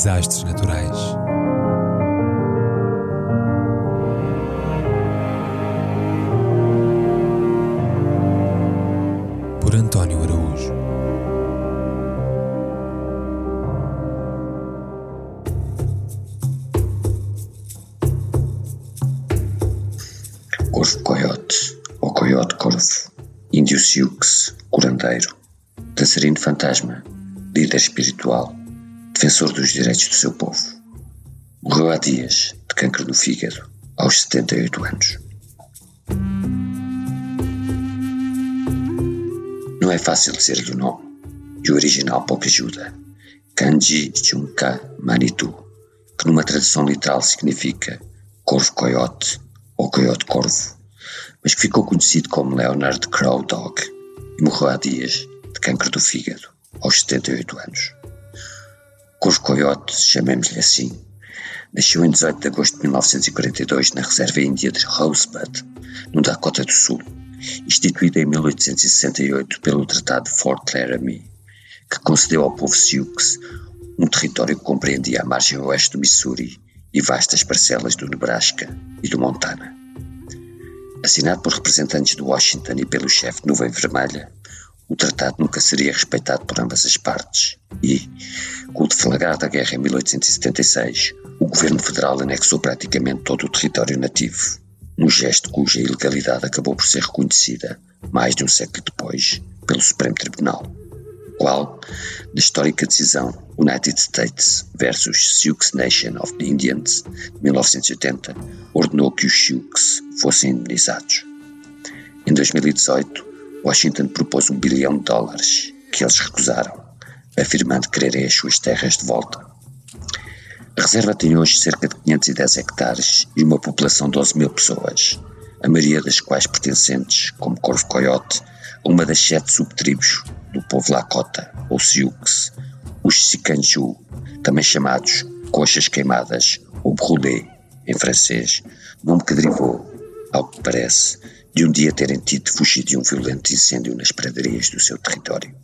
desastres naturais. Por António Araújo. Corvo-coiote ou coiote-corvo, índio Sioux, curandeiro, dançarino fantasma, líder espiritual, defensor dos direitos do seu povo. Morreu há dias de cancro no fígado, aos 78 anos. Não é fácil dizer-lhe o nome, e o original pouco ajuda. Kanji Junka Manitou, que numa tradução literal significa corvo-coiote ou coiote-corvo, mas que ficou conhecido como Leonard Crow Dog e morreu há dias de cancro do fígado, aos 78 anos. Corvo-coiote, chamemos-lhe assim, nasceu em 18 de agosto de 1942 na reserva índia de Rosebud, no Dakota do Sul, instituída em 1868 pelo Tratado de Fort Laramie, que concedeu ao povo Sioux um território que compreendia a margem oeste do Missouri e vastas parcelas do Nebraska e do Montana. Assinado por representantes de Washington e pelo chefe Nuvem Vermelha, o tratado nunca seria respeitado por ambas as partes e, com o deflagrar da guerra em 1876, o governo federal anexou praticamente todo o território nativo, um gesto cuja ilegalidade acabou por ser reconhecida, mais de um século depois, pelo Supremo Tribunal, o qual, na histórica decisão United States versus Sioux Nation of the Indians, de 1980, ordenou que os Sioux fossem indemnizados. Em 2018, Washington propôs $1 bilhão, que eles recusaram, afirmando quererem as suas terras de volta. A reserva tem hoje cerca de 510 hectares e uma população de 12 mil pessoas, a maioria das quais pertencentes, como corvo-coiote, a uma das 7 subtribos do povo Lakota, ou Sioux, os Sicanju, também chamados coxas queimadas, ou brûlés, em francês, nome que derivou, ao que parece, de um dia terem tido de fugir de um violento incêndio nas pradarias do seu território.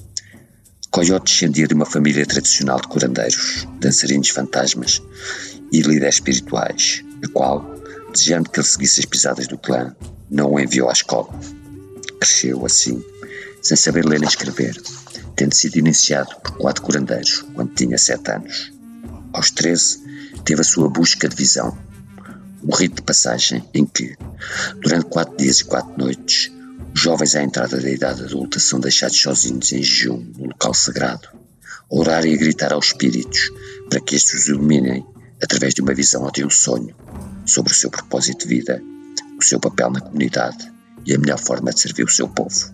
Coiote descendia de uma família tradicional de curandeiros, dançarinos fantasmas e líderes espirituais, a qual, desejando que ele seguisse as pisadas do clã, não o enviou à escola. Cresceu, assim, sem saber ler nem escrever, tendo sido iniciado por 4 curandeiros quando tinha 7 anos. Aos 13, teve a sua busca de visão, um rito de passagem em que, durante 4 dias e 4 noites, os jovens à entrada da idade adulta são deixados sozinhos em jejum no local sagrado, a orar e a gritar aos espíritos para que estes os iluminem através de uma visão ou de um sonho sobre o seu propósito de vida, o seu papel na comunidade e a melhor forma de servir o seu povo.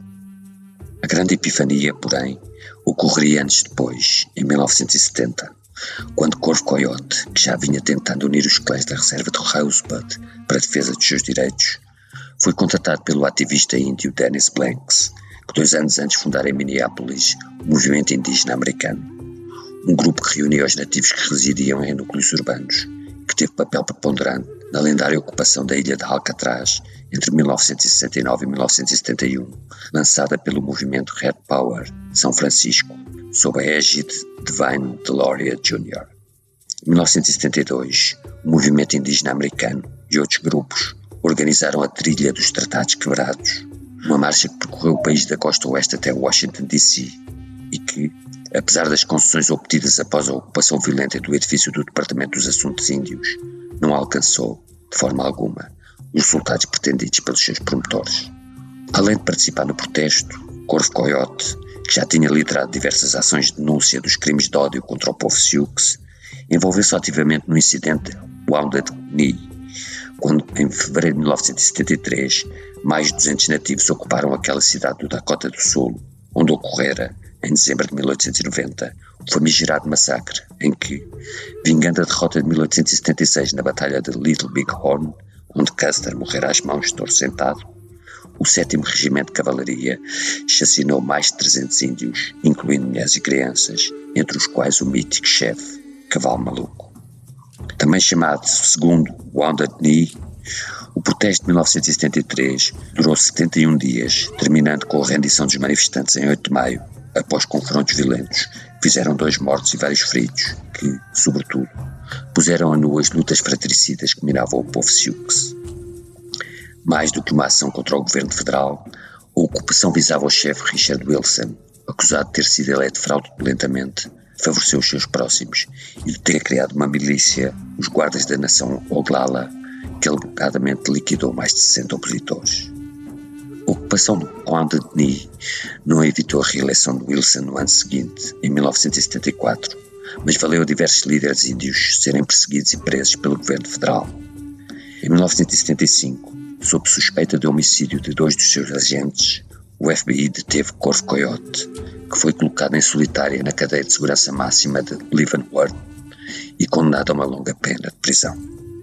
A grande epifania, porém, ocorreria anos depois, em 1970, quando Corvo-coiote, que já vinha tentando unir os clãs da reserva de Rosebud para a defesa dos seus direitos, foi contatado pelo ativista índio Dennis Blanks, que 2 anos antes fundara em Minneapolis o Movimento Indígena Americano, um grupo que reunia os nativos que residiam em núcleos urbanos, que teve papel preponderante na lendária ocupação da ilha de Alcatraz entre 1969 e 1971, lançada pelo movimento Red Power de São Francisco, sob a égide de Vine Deloria Jr. Em 1972, o movimento indígena americano e outros grupos organizaram a Trilha dos Tratados Quebrados, uma marcha que percorreu o país da costa oeste até Washington, D.C., e que, apesar das concessões obtidas após a ocupação violenta do edifício do Departamento dos Assuntos Índios, não alcançou, de forma alguma, os resultados pretendidos pelos seus promotores. Além de participar no protesto, Corvo-coiote, que já tinha liderado diversas ações de denúncia dos crimes de ódio contra o povo Sioux, envolveu-se ativamente no incidente Wounded Knee, quando, em fevereiro de 1973, mais de 200 nativos ocuparam aquela cidade do Dakota do Sul, onde ocorrera, em dezembro de 1890, o famigerado massacre em que, vingando a derrota de 1876 na Batalha de Little Big Horn, onde Custer morrera às mãos de Torre Sentado, o 7º Regimento de Cavalaria chacinou mais de 300 índios, incluindo mulheres e crianças, entre os quais o mítico chefe, Cavalo Maluco. Também chamado segundo Wounded Knee, o protesto de 1973 durou 71 dias, terminando com a rendição dos manifestantes em 8 de maio, após confrontos violentos fizeram 2 mortos e vários feridos que, sobretudo, puseram a nu as lutas fratricidas que minavam o povo Sioux. Mais do que uma ação contra o governo federal, a ocupação visava o chefe Richard Wilson, acusado de ter sido eleito fraudulentamente, favoreceu os seus próximos e de ter criado uma milícia, os guardas da nação Oglala, que alegadamente liquidou mais de 60 opositores. A ocupação do Pointe de Denis não evitou a reeleição de Wilson no ano seguinte, em 1974, mas valeu a diversos líderes índios serem perseguidos e presos pelo governo federal. Em 1975, sob suspeita de homicídio de 2 dos seus agentes, o FBI deteve Corvo Coyote, que foi colocado em solitária na cadeia de segurança máxima de Leavenworth e condenado a uma longa pena de prisão.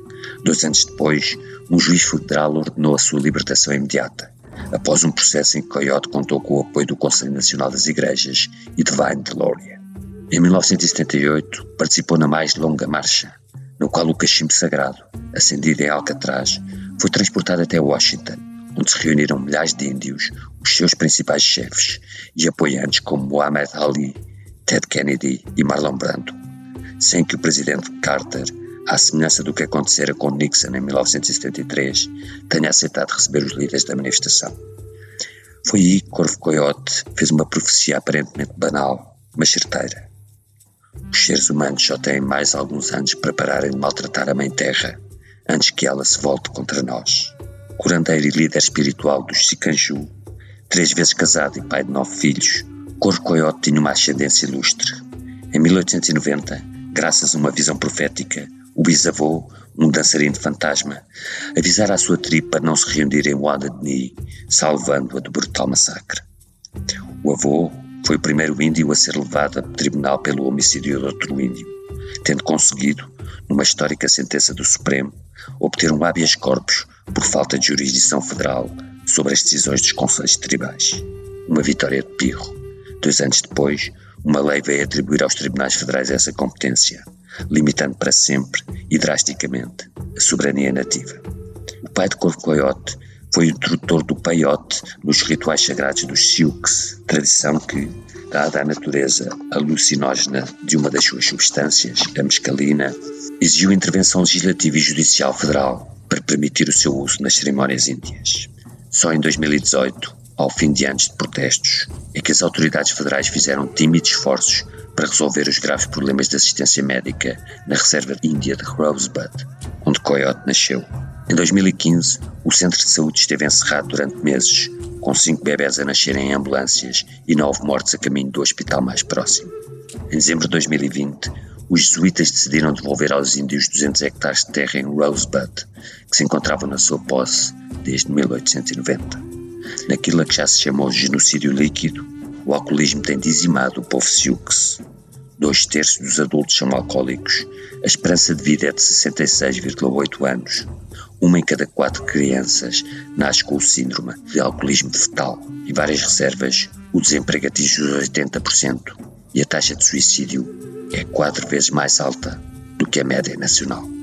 2 anos depois, um juiz federal ordenou a sua libertação imediata, após um processo em que Coyote contou com o apoio do Conselho Nacional das Igrejas e de Vine Deloria. Em 1978, participou na mais longa marcha, no qual o cachimbo sagrado, acendido em Alcatraz, foi transportado até Washington, onde se reuniram milhares de índios, os seus principais chefes e apoiantes como Muhammad Ali, Ted Kennedy e Marlon Brando, sem que o presidente Carter, à semelhança do que acontecera com Nixon em 1973, tenha aceitado receber os líderes da manifestação. Foi aí que Corvo Coyote fez uma profecia aparentemente banal, mas certeira. Os seres humanos só têm mais alguns anos para pararem de maltratar a Mãe Terra, antes que ela se volte contra nós. Curandeiro e líder espiritual dos Sicanju, 3 vezes casado e pai de 9 filhos, Corvo Coyote tinha uma ascendência ilustre. Em 1890, graças a uma visão profética, o bisavô, um dançarino fantasma, avisara a sua tribo para não se reunir em Wounded Knee, salvando-a do brutal massacre. O avô foi o primeiro índio a ser levado a tribunal pelo homicídio de outro índio, tendo conseguido, numa histórica sentença do Supremo, obter um habeas corpus por falta de jurisdição federal sobre as decisões dos conselhos tribais. Uma vitória de pirro. 2 anos depois, uma lei veio atribuir aos tribunais federais essa competência, limitando para sempre e drasticamente a soberania nativa. O pai de Corvo Coyote foi o introdutor do peyote nos rituais sagrados dos Sioux, tradição que, dada a natureza alucinógena de uma das suas substâncias, a mescalina, exigiu intervenção legislativa e judicial federal para permitir o seu uso nas cerimónias índias. Só em 2018, ao fim de anos de protestos, é que as autoridades federais fizeram tímidos esforços para resolver os graves problemas de assistência médica na reserva índia de Rosebud, onde Coyote nasceu. Em 2015, o centro de saúde esteve encerrado durante meses, com 5 bebés a nascerem em ambulâncias e 9 mortos a caminho do hospital mais próximo. Em dezembro de 2020, os jesuítas decidiram devolver aos índios 200 hectares de terra em Rosebud, que se encontravam na sua posse desde 1890. Naquilo a que já se chamou genocídio líquido, o alcoolismo tem dizimado o povo Sioux. 2/3 dos adultos são alcoólicos, a esperança de vida é de 66,8 anos. 1 em cada 4 crianças nasce com o síndrome de alcoolismo fetal. Em várias reservas, o desemprego atinge os 80% e a taxa de suicídio é 4 vezes mais alta do que a média nacional.